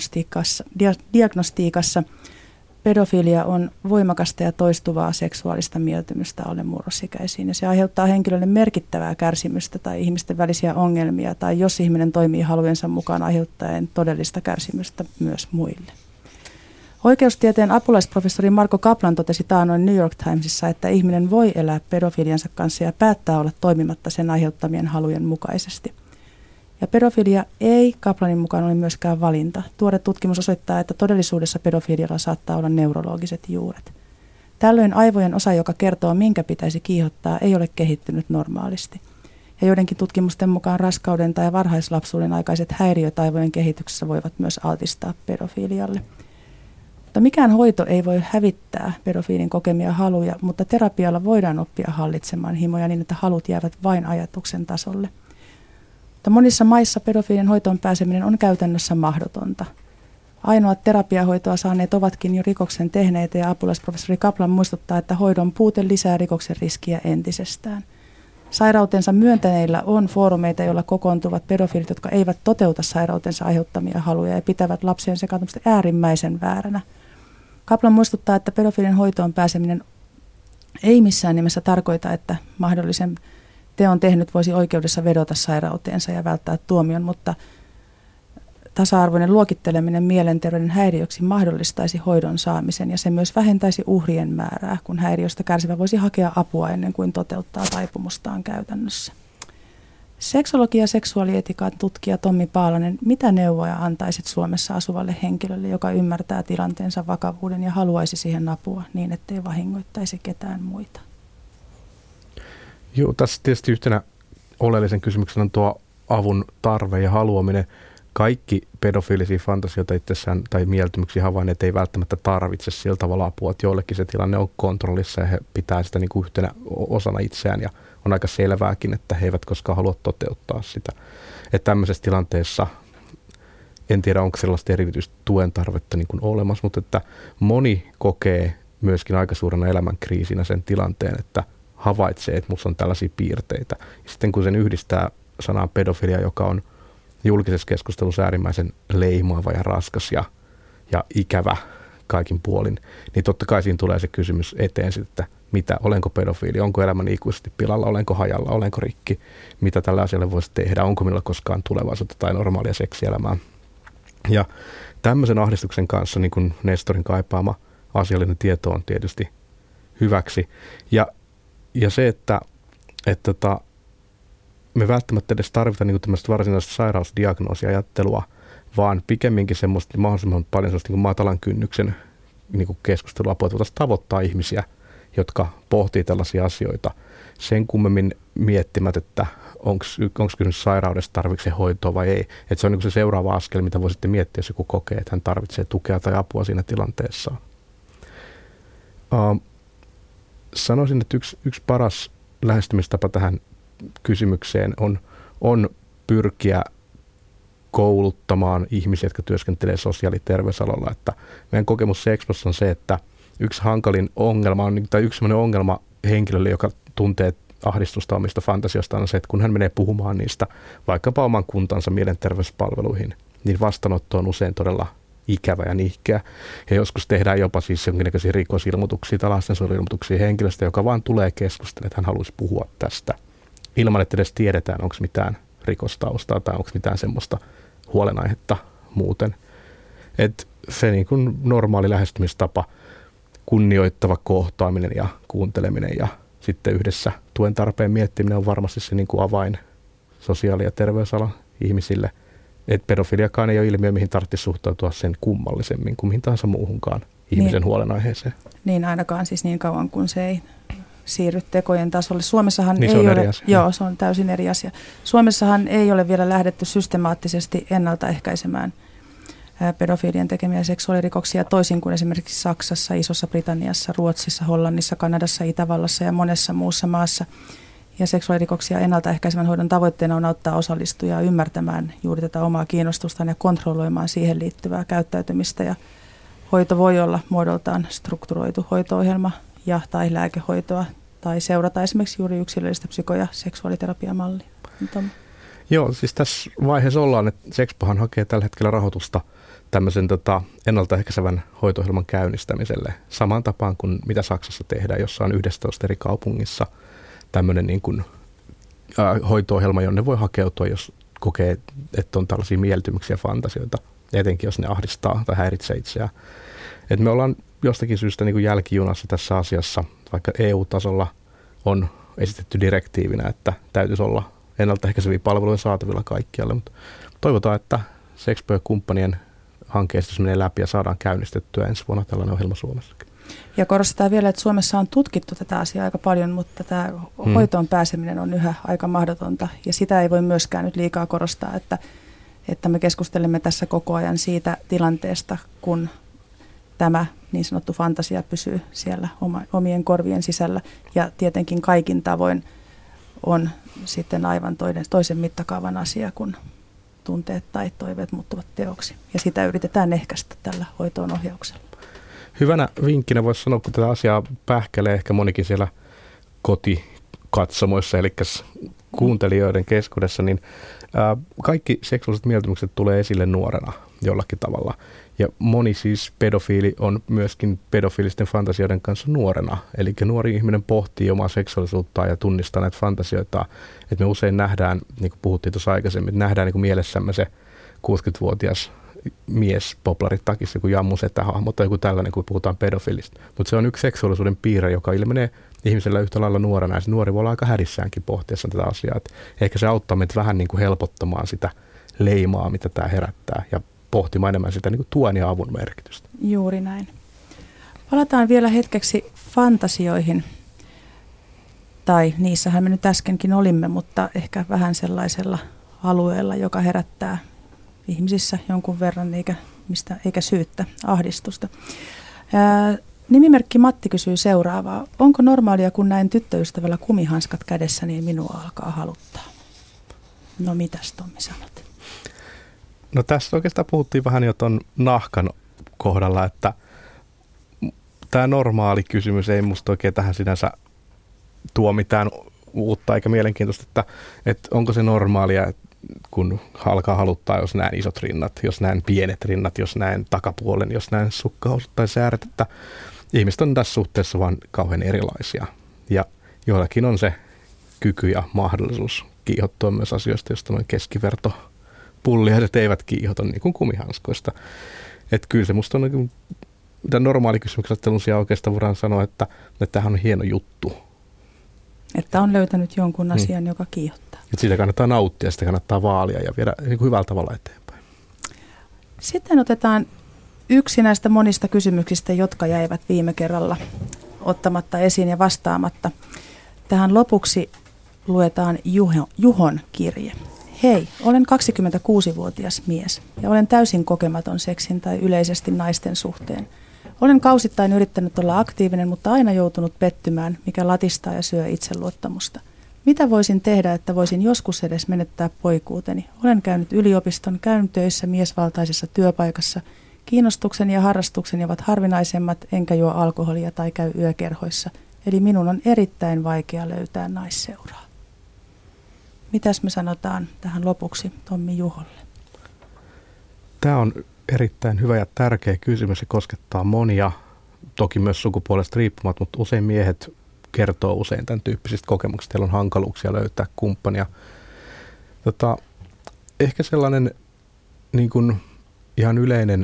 diagnostiikassa pedofilia on voimakasta ja toistuvaa seksuaalista mieltymystä alle murrosikäisiin, ja se aiheuttaa henkilölle merkittävää kärsimystä tai ihmisten välisiä ongelmia, tai jos ihminen toimii halujensa mukaan aiheuttaen todellista kärsimystä myös muille. Oikeustieteen apulaisprofessori Marko Kaplan totesi taannoin New York Timesissa, että ihminen voi elää pedofiliansa kanssa ja päättää olla toimimatta sen aiheuttamien halujen mukaisesti. Ja pedofilia ei Kaplanin mukaan ole myöskään valinta. Tuore tutkimus osoittaa, että todellisuudessa pedofilialla saattaa olla neurologiset juuret. Tällöin aivojen osa, joka kertoo, minkä pitäisi kiihottaa, ei ole kehittynyt normaalisti. Ja joidenkin tutkimusten mukaan raskauden tai varhaislapsuuden aikaiset häiriöt aivojen kehityksessä voivat myös altistaa pedofilialle. Mutta mikään hoito ei voi hävittää pedofiilin kokemia haluja, mutta terapialla voidaan oppia hallitsemaan himoja niin, että halut jäävät vain ajatuksen tasolle. Mutta monissa maissa pedofiilin hoitoon pääseminen on käytännössä mahdotonta. Ainoat terapiahoitoa saaneet ovatkin jo rikoksen tehneitä ja apulaisprofessori Kaplan muistuttaa, että hoidon puute lisää rikoksen riskiä entisestään. Sairautensa myöntäneillä on foorumeita, joilla kokoontuvat pedofiilit, jotka eivät toteuta sairautensa aiheuttamia haluja ja pitävät lapsien sekaantumista äärimmäisen vääränä. Kaplan muistuttaa, että pedofiilin hoitoon pääseminen ei missään nimessä tarkoita, että mahdollisen teon tehnyt voisi oikeudessa vedota sairauteensa ja välttää tuomion, mutta tasa-arvoinen luokitteleminen mielenterveyden häiriöksi mahdollistaisi hoidon saamisen ja se myös vähentäisi uhrien määrää, kun häiriöstä kärsivä voisi hakea apua ennen kuin toteuttaa taipumustaan käytännössä. Seksologi- ja seksuaalietiikan tutkija Tommi Paalanen, mitä neuvoja antaisit Suomessa asuvalle henkilölle, joka ymmärtää tilanteensa vakavuuden ja haluaisi siihen apua niin, ettei vahingoittaisi ketään muita? Joo, tässä tietysti yhtenä oleellisen kysymyksenä on tuo avun tarve ja haluaminen. Kaikki pedofiilisia fantasioita itsessään tai mieltymyksiä havainneet ei välttämättä tarvitse sillä tavalla apua, että joillekin se tilanne on kontrollissa ja he pitää sitä niin kuin yhtenä osana itseään ja on aika selvääkin, että he eivät koskaan halua toteuttaa sitä. Että tämmöisessä tilanteessa, en tiedä onko sellaista erityistä tuen tarvetta niin kuin olemassa, mutta että moni kokee myöskin aika suurena elämänkriisinä sen tilanteen, että havaitsee, että minussa on tällaisia piirteitä. Ja sitten kun sen yhdistää sanaan pedofilia, joka on julkisessa keskustelussa äärimmäisen leimaava ja raskas ja ikävä kaikin puolin, niin totta kai siinä tulee se kysymys eteen, että olenko pedofiili, onko elämäni ikuisesti pilalla, olenko hajalla, olenko rikki, mitä tällä asialle voisi tehdä, onko minulla koskaan tulevaisuutta tai normaalia seksielämää. Ja tämmöisen ahdistuksen kanssa niin kuin Nestorin kaipaama asiallinen tieto on tietysti hyväksi. Ja se, että me välttämättä edes tarvitaan niin tämmöistä varsinaista sairausdiagnoosiajattelua, vaan pikemminkin semmoista mahdollisimman paljon semmoista niin matalan kynnyksen niin keskustelua, että voitaisiin tavoittaa ihmisiä, jotka pohtii tällaisia asioita. Sen kummemmin miettimät, että onko kysymys sairaudesta, tarvitseeko hoitoa vai ei. Että se on niin se seuraava askel, mitä voi sitten miettiä, jos joku kokee, että hän tarvitsee tukea tai apua siinä tilanteessa. Sanoisin, että yksi paras lähestymistapa tähän kysymykseen on pyrkiä kouluttamaan ihmisiä, jotka työskentelee sosiaali- ja terveysalalla. Että meidän kokemus Sexpossa on se, että yksi hankalin ongelma tai yksi sellainen ongelma henkilölle, joka tuntee ahdistusta omista fantasioista, on se, että kun hän menee puhumaan niistä vaikkapa oman kuntansa mielenterveyspalveluihin, niin vastaanotto on usein todella ikävä ja nihkeä. Ja joskus tehdään jopa siis jonkinnäköisiä rikosilmoituksia tai lastensuojeluilmoituksia henkilöstä, joka vaan tulee keskustelemaan, että hän haluaisi puhua tästä ilman, että edes tiedetään, onko mitään rikostaustaa tai onko mitään semmoista huolenaihetta muuten. Että se niin kuin normaali lähestymistapa, kunnioittava kohtaaminen ja kuunteleminen ja sitten yhdessä tuen tarpeen miettiminen on varmasti se niin kuin avain sosiaali- ja terveysalan ihmisille. Että pedofiliakaan ei ole ilmiö, mihin tarvitsisi suhtautua sen kummallisemmin kuin mihin tahansa muuhunkaan ihmisen huolenaiheeseen. Niin ainakaan siis niin kauan, kun se ei siirry tekojen tasolle. Suomessahan niin ei se on ole, eri asia. joo, se on täysin eri asia. Suomessahan ei ole vielä lähdetty systemaattisesti ennaltaehkäisemään pedofiilien tekemiä seksuaalirikoksia toisin kuin esimerkiksi Saksassa, Isossa Britanniassa, Ruotsissa, Hollannissa, Kanadassa, Itävallassa ja monessa muussa maassa. Ja seksuaalirikoksia ennaltaehkäisevän hoidon tavoitteena on auttaa osallistujaa ymmärtämään juuri tätä omaa kiinnostustaan ja kontrolloimaan siihen liittyvää käyttäytymistä. Ja hoito voi olla muodoltaan strukturoitu hoito-ohjelma ja tai lääkehoitoa tai seurata esimerkiksi juuri yksilöllistä psyko- ja seksuaaliterapiamallia. Joo, siis tässä vaiheessa ollaan, että Sexpohan hakee tällä hetkellä rahoitusta tämmöisen ennaltaehkäisevän hoito-ohjelman käynnistämiselle samaan tapaan kuin mitä Saksassa tehdään, jossa on 11 eri kaupungissa tämmöinen niin kuin, hoito-ohjelma, jonne voi hakeutua, jos kokee, että on tällaisia mieltymyksiä ja fantasioita, etenkin jos ne ahdistaa tai häiritsee itseään. Et me ollaan jostakin syystä niin kuin jälkijunassa tässä asiassa, vaikka EU-tasolla on esitetty direktiivinä, että täytyisi olla ennaltaehkäiseviä palveluja saatavilla kaikkialle, mutta toivotaan, että Sexpo ja kumppanien hankkeestus menee läpi ja saadaan käynnistettyä ensi vuonna tällainen ohjelma Suomessakin. Ja korostetaan vielä, että Suomessa on tutkittu tätä asiaa aika paljon, mutta tämä hoitoon pääseminen on yhä aika mahdotonta. Ja sitä ei voi myöskään nyt liikaa korostaa, että me keskustelemme tässä koko ajan siitä tilanteesta, kun tämä niin sanottu fantasia pysyy siellä omien korvien sisällä. Ja tietenkin kaikin tavoin on sitten aivan toisen mittakaavan asia, kun tunteet tai toiveet muuttuvat teoksi. Ja sitä yritetään ehkäistä tällä hoitoon ohjauksella. Hyvänä vinkkinä voisi sanoa, kun tätä asiaa pähkäilee ehkä monikin siellä kotikatsomoissa, eli kuuntelijoiden keskuudessa, niin kaikki seksuaaliset mieltymykset tulee esille nuorena jollakin tavalla. Ja moni siis pedofiili on myöskin pedofiilisten fantasioiden kanssa nuorena. Eli nuori ihminen pohtii omaa seksuaalisuuttaan ja tunnistaa näitä fantasioita. Että me usein nähdään, niin kuin puhuttiin tuossa aikaisemmin, että nähdään niin kuin mielessämme se 60-vuotias mies poplaritakissa, joku jammusetähahmo tai joku tällainen, kun puhutaan pedofiilista. Mutta se on yksi seksuaalisuuden piirre, joka ilmenee ihmisellä yhtä lailla nuorena. Ja se nuori voi olla aika hädissäänkin pohtiessa tätä asiaa. Et ehkä se auttaa meitä vähän niin kuin helpottamaan sitä leimaa, mitä tämä herättää, ja pohtimaan enemmän sitä niin kuin tuen ja avun merkitystä. Juuri näin. Palataan vielä hetkeksi fantasioihin. Tai niissähän me nyt äskenkin olimme, mutta ehkä vähän sellaisella alueella, joka herättää ihmisissä jonkun verran eikä syyttä, ahdistusta. Nimimerkki Matti kysyy seuraavaa. Onko normaalia, kun näen tyttöystävällä kumihanskat kädessä, niin minua alkaa haluttaa? No mitäs Tommi sanot? No tässä oikeastaan puhuttiin vähän jo ton nahkan kohdalla, että tämä normaali kysymys ei musta oikein tähän sinänsä tuo mitään uutta eikä mielenkiintoista, että onko se normaalia, kun alkaa haluttaa, jos näen isot rinnat, jos näen pienet rinnat, jos näen takapuolen, jos näen sukkahousut tai sääret, että ihmiset on tässä suhteessa vaan kauhean erilaisia. Ja joillakin on se kyky ja mahdollisuus kiihottua myös asioista, joista noin keskivertopulliaiset eivät kiihota, niin kuin kumihanskoista. Että kyllä se musta on niin tämän normaali kysymyksen sijaan oikeastaan voidaan sanoa, että tämähän on hieno juttu. Että on löytänyt jonkun asian, joka kiihottaa. Että siitä kannattaa nauttia, sitä kannattaa vaalia ja viedä niin kuin hyvällä tavalla eteenpäin. Sitten otetaan yksi näistä monista kysymyksistä, jotka jäivät viime kerralla ottamatta esiin ja vastaamatta. Tähän lopuksi luetaan Juhon kirje. Hei, olen 26-vuotias mies ja olen täysin kokematon seksin tai yleisesti naisten suhteen. Olen kausittain yrittänyt olla aktiivinen, mutta aina joutunut pettymään, mikä latistaa ja syö itseluottamusta. Mitä voisin tehdä, että voisin joskus edes menettää poikuuteni? Olen käynyt yliopiston, käyn töissä miesvaltaisessa työpaikassa. Kiinnostukseni ja harrastukseni ovat harvinaisemmat, enkä juo alkoholia tai käy yökerhoissa. Eli minun on erittäin vaikea löytää naisseuraa. Mitäs me sanotaan tähän lopuksi Tommi Juholle? Tämä on erittäin hyvä ja tärkeä kysymys. Se koskettaa monia, toki myös sukupuolesta riippumatta, mutta usein miehet kertoo usein tämän tyyppisistä kokemuksista. Heillä on hankaluuksia löytää kumppania. Ehkä sellainen niin kuin ihan yleinen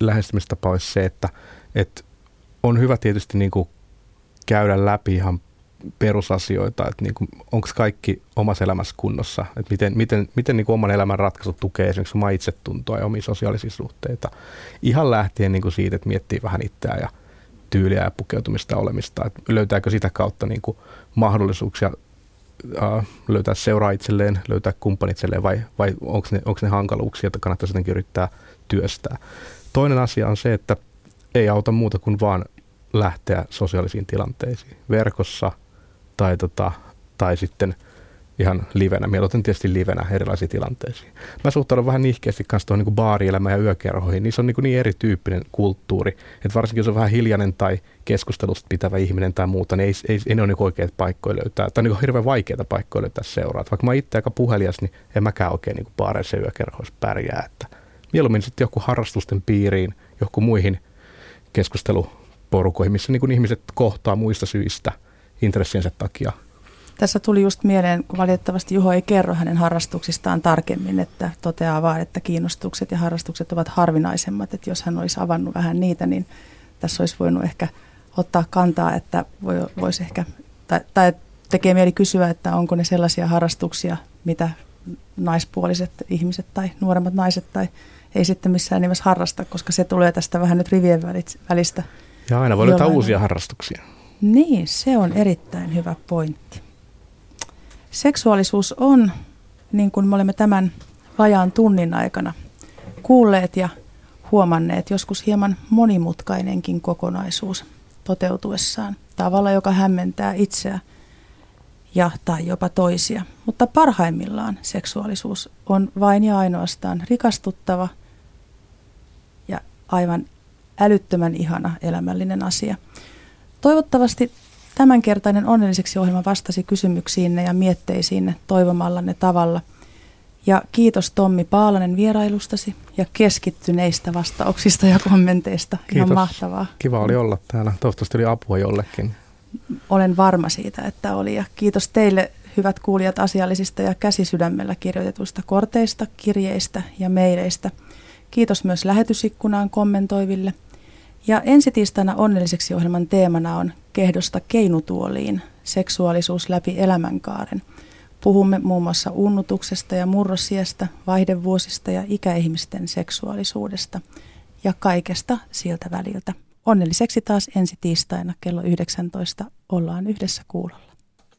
lähestymistapa olisi se, että on hyvä tietysti niin kuin käydä läpi ihan perusasioita, että niin kuin, onko kaikki omassa elämässä kunnossa, että miten niin kuin oman elämän ratkaisut tukee esimerkiksi omaa itsetuntoa ja omia sosiaalisia suhteita. Ihan lähtien niin kuin siitä, että miettii vähän itseään ja tyyliä ja pukeutumista ja olemista, että löytääkö sitä kautta niin kuin mahdollisuuksia löytää seuraa itselleen, löytää kumppanit itselleen vai onko ne hankaluuksia, että kannattaa jotenkin yrittää työstää. Toinen asia on se, että ei auta muuta kuin vaan lähteä sosiaalisiin tilanteisiin verkossa tai sitten ihan livenä. Mieluiten tietysti livenä erilaisiin tilanteisiin. Mä suhtaudun vähän nihkeästi kanssa tuohon niin baarielämään ja yökerhoihin. Niissä on niin erityyppinen kulttuuri. Että varsinkin jos on vähän hiljainen tai keskustelusta pitävä ihminen tai muuta, niin ei ne ole niin oikeita paikkoja löytää. Tai niin hirveän vaikeita paikkoja löytää seuraa. Vaikka mä itse aika puhelias, niin en mäkään oikein niin baareissa ja yökerhoissa pärjää. Että mieluummin sitten joku harrastusten piiriin, joku muihin keskusteluporukoihin, missä niin ihmiset kohtaa muista syistä intressiensä takia. Tässä tuli just mieleen, kun valitettavasti Juho ei kerro hänen harrastuksistaan tarkemmin, että toteaa vaan, että kiinnostukset ja harrastukset ovat harvinaisemmat. Että jos hän olisi avannut vähän niitä, niin tässä olisi voinut ehkä ottaa kantaa, että voisi ehkä, tai tekee mieli kysyä, että onko ne sellaisia harrastuksia, mitä naispuoliset ihmiset tai nuoremmat naiset tai ei sitten missään nimessä harrasta, koska se tulee tästä vähän nyt rivien välistä. Ja aina voi löytää uusia harrastuksia. Niin, se on erittäin hyvä pointti. Seksuaalisuus on, niin kuin me olemme tämän vajaan tunnin aikana kuulleet ja huomanneet, joskus hieman monimutkainenkin kokonaisuus toteutuessaan. Tavalla, joka hämmentää itseä tai jopa toisia. Mutta parhaimmillaan seksuaalisuus on vain ja ainoastaan rikastuttava ja aivan älyttömän ihana elämällinen asia. Toivottavasti tämänkertainen Onnelliseksi ohjelma vastasi kysymyksiinne ja mietteisiinne toivomallanne tavalla. Ja kiitos Tommi Paalanen vierailustasi ja keskittyneistä vastauksista ja kommenteista. Kiitos. Ihan mahtavaa. Kiva oli olla täällä. Toivottavasti oli apua jollekin. Olen varma siitä, että oli. Ja kiitos teille, hyvät kuulijat, asiallisista ja käsisydämellä kirjoitetuista korteista, kirjeistä ja meileistä. Kiitos myös lähetysikkunaan kommentoiville. Ja ensi tiistaina Onnelliseksi ohjelman teemana on kehdosta keinutuoliin, seksuaalisuus läpi elämänkaaren. Puhumme muun muassa unnutuksesta ja murrosiästä, vaihdevuosista ja ikäihmisten seksuaalisuudesta ja kaikesta siltä väliltä. Onnelliseksi taas ensi tiistaina kello 19 ollaan yhdessä kuulolla.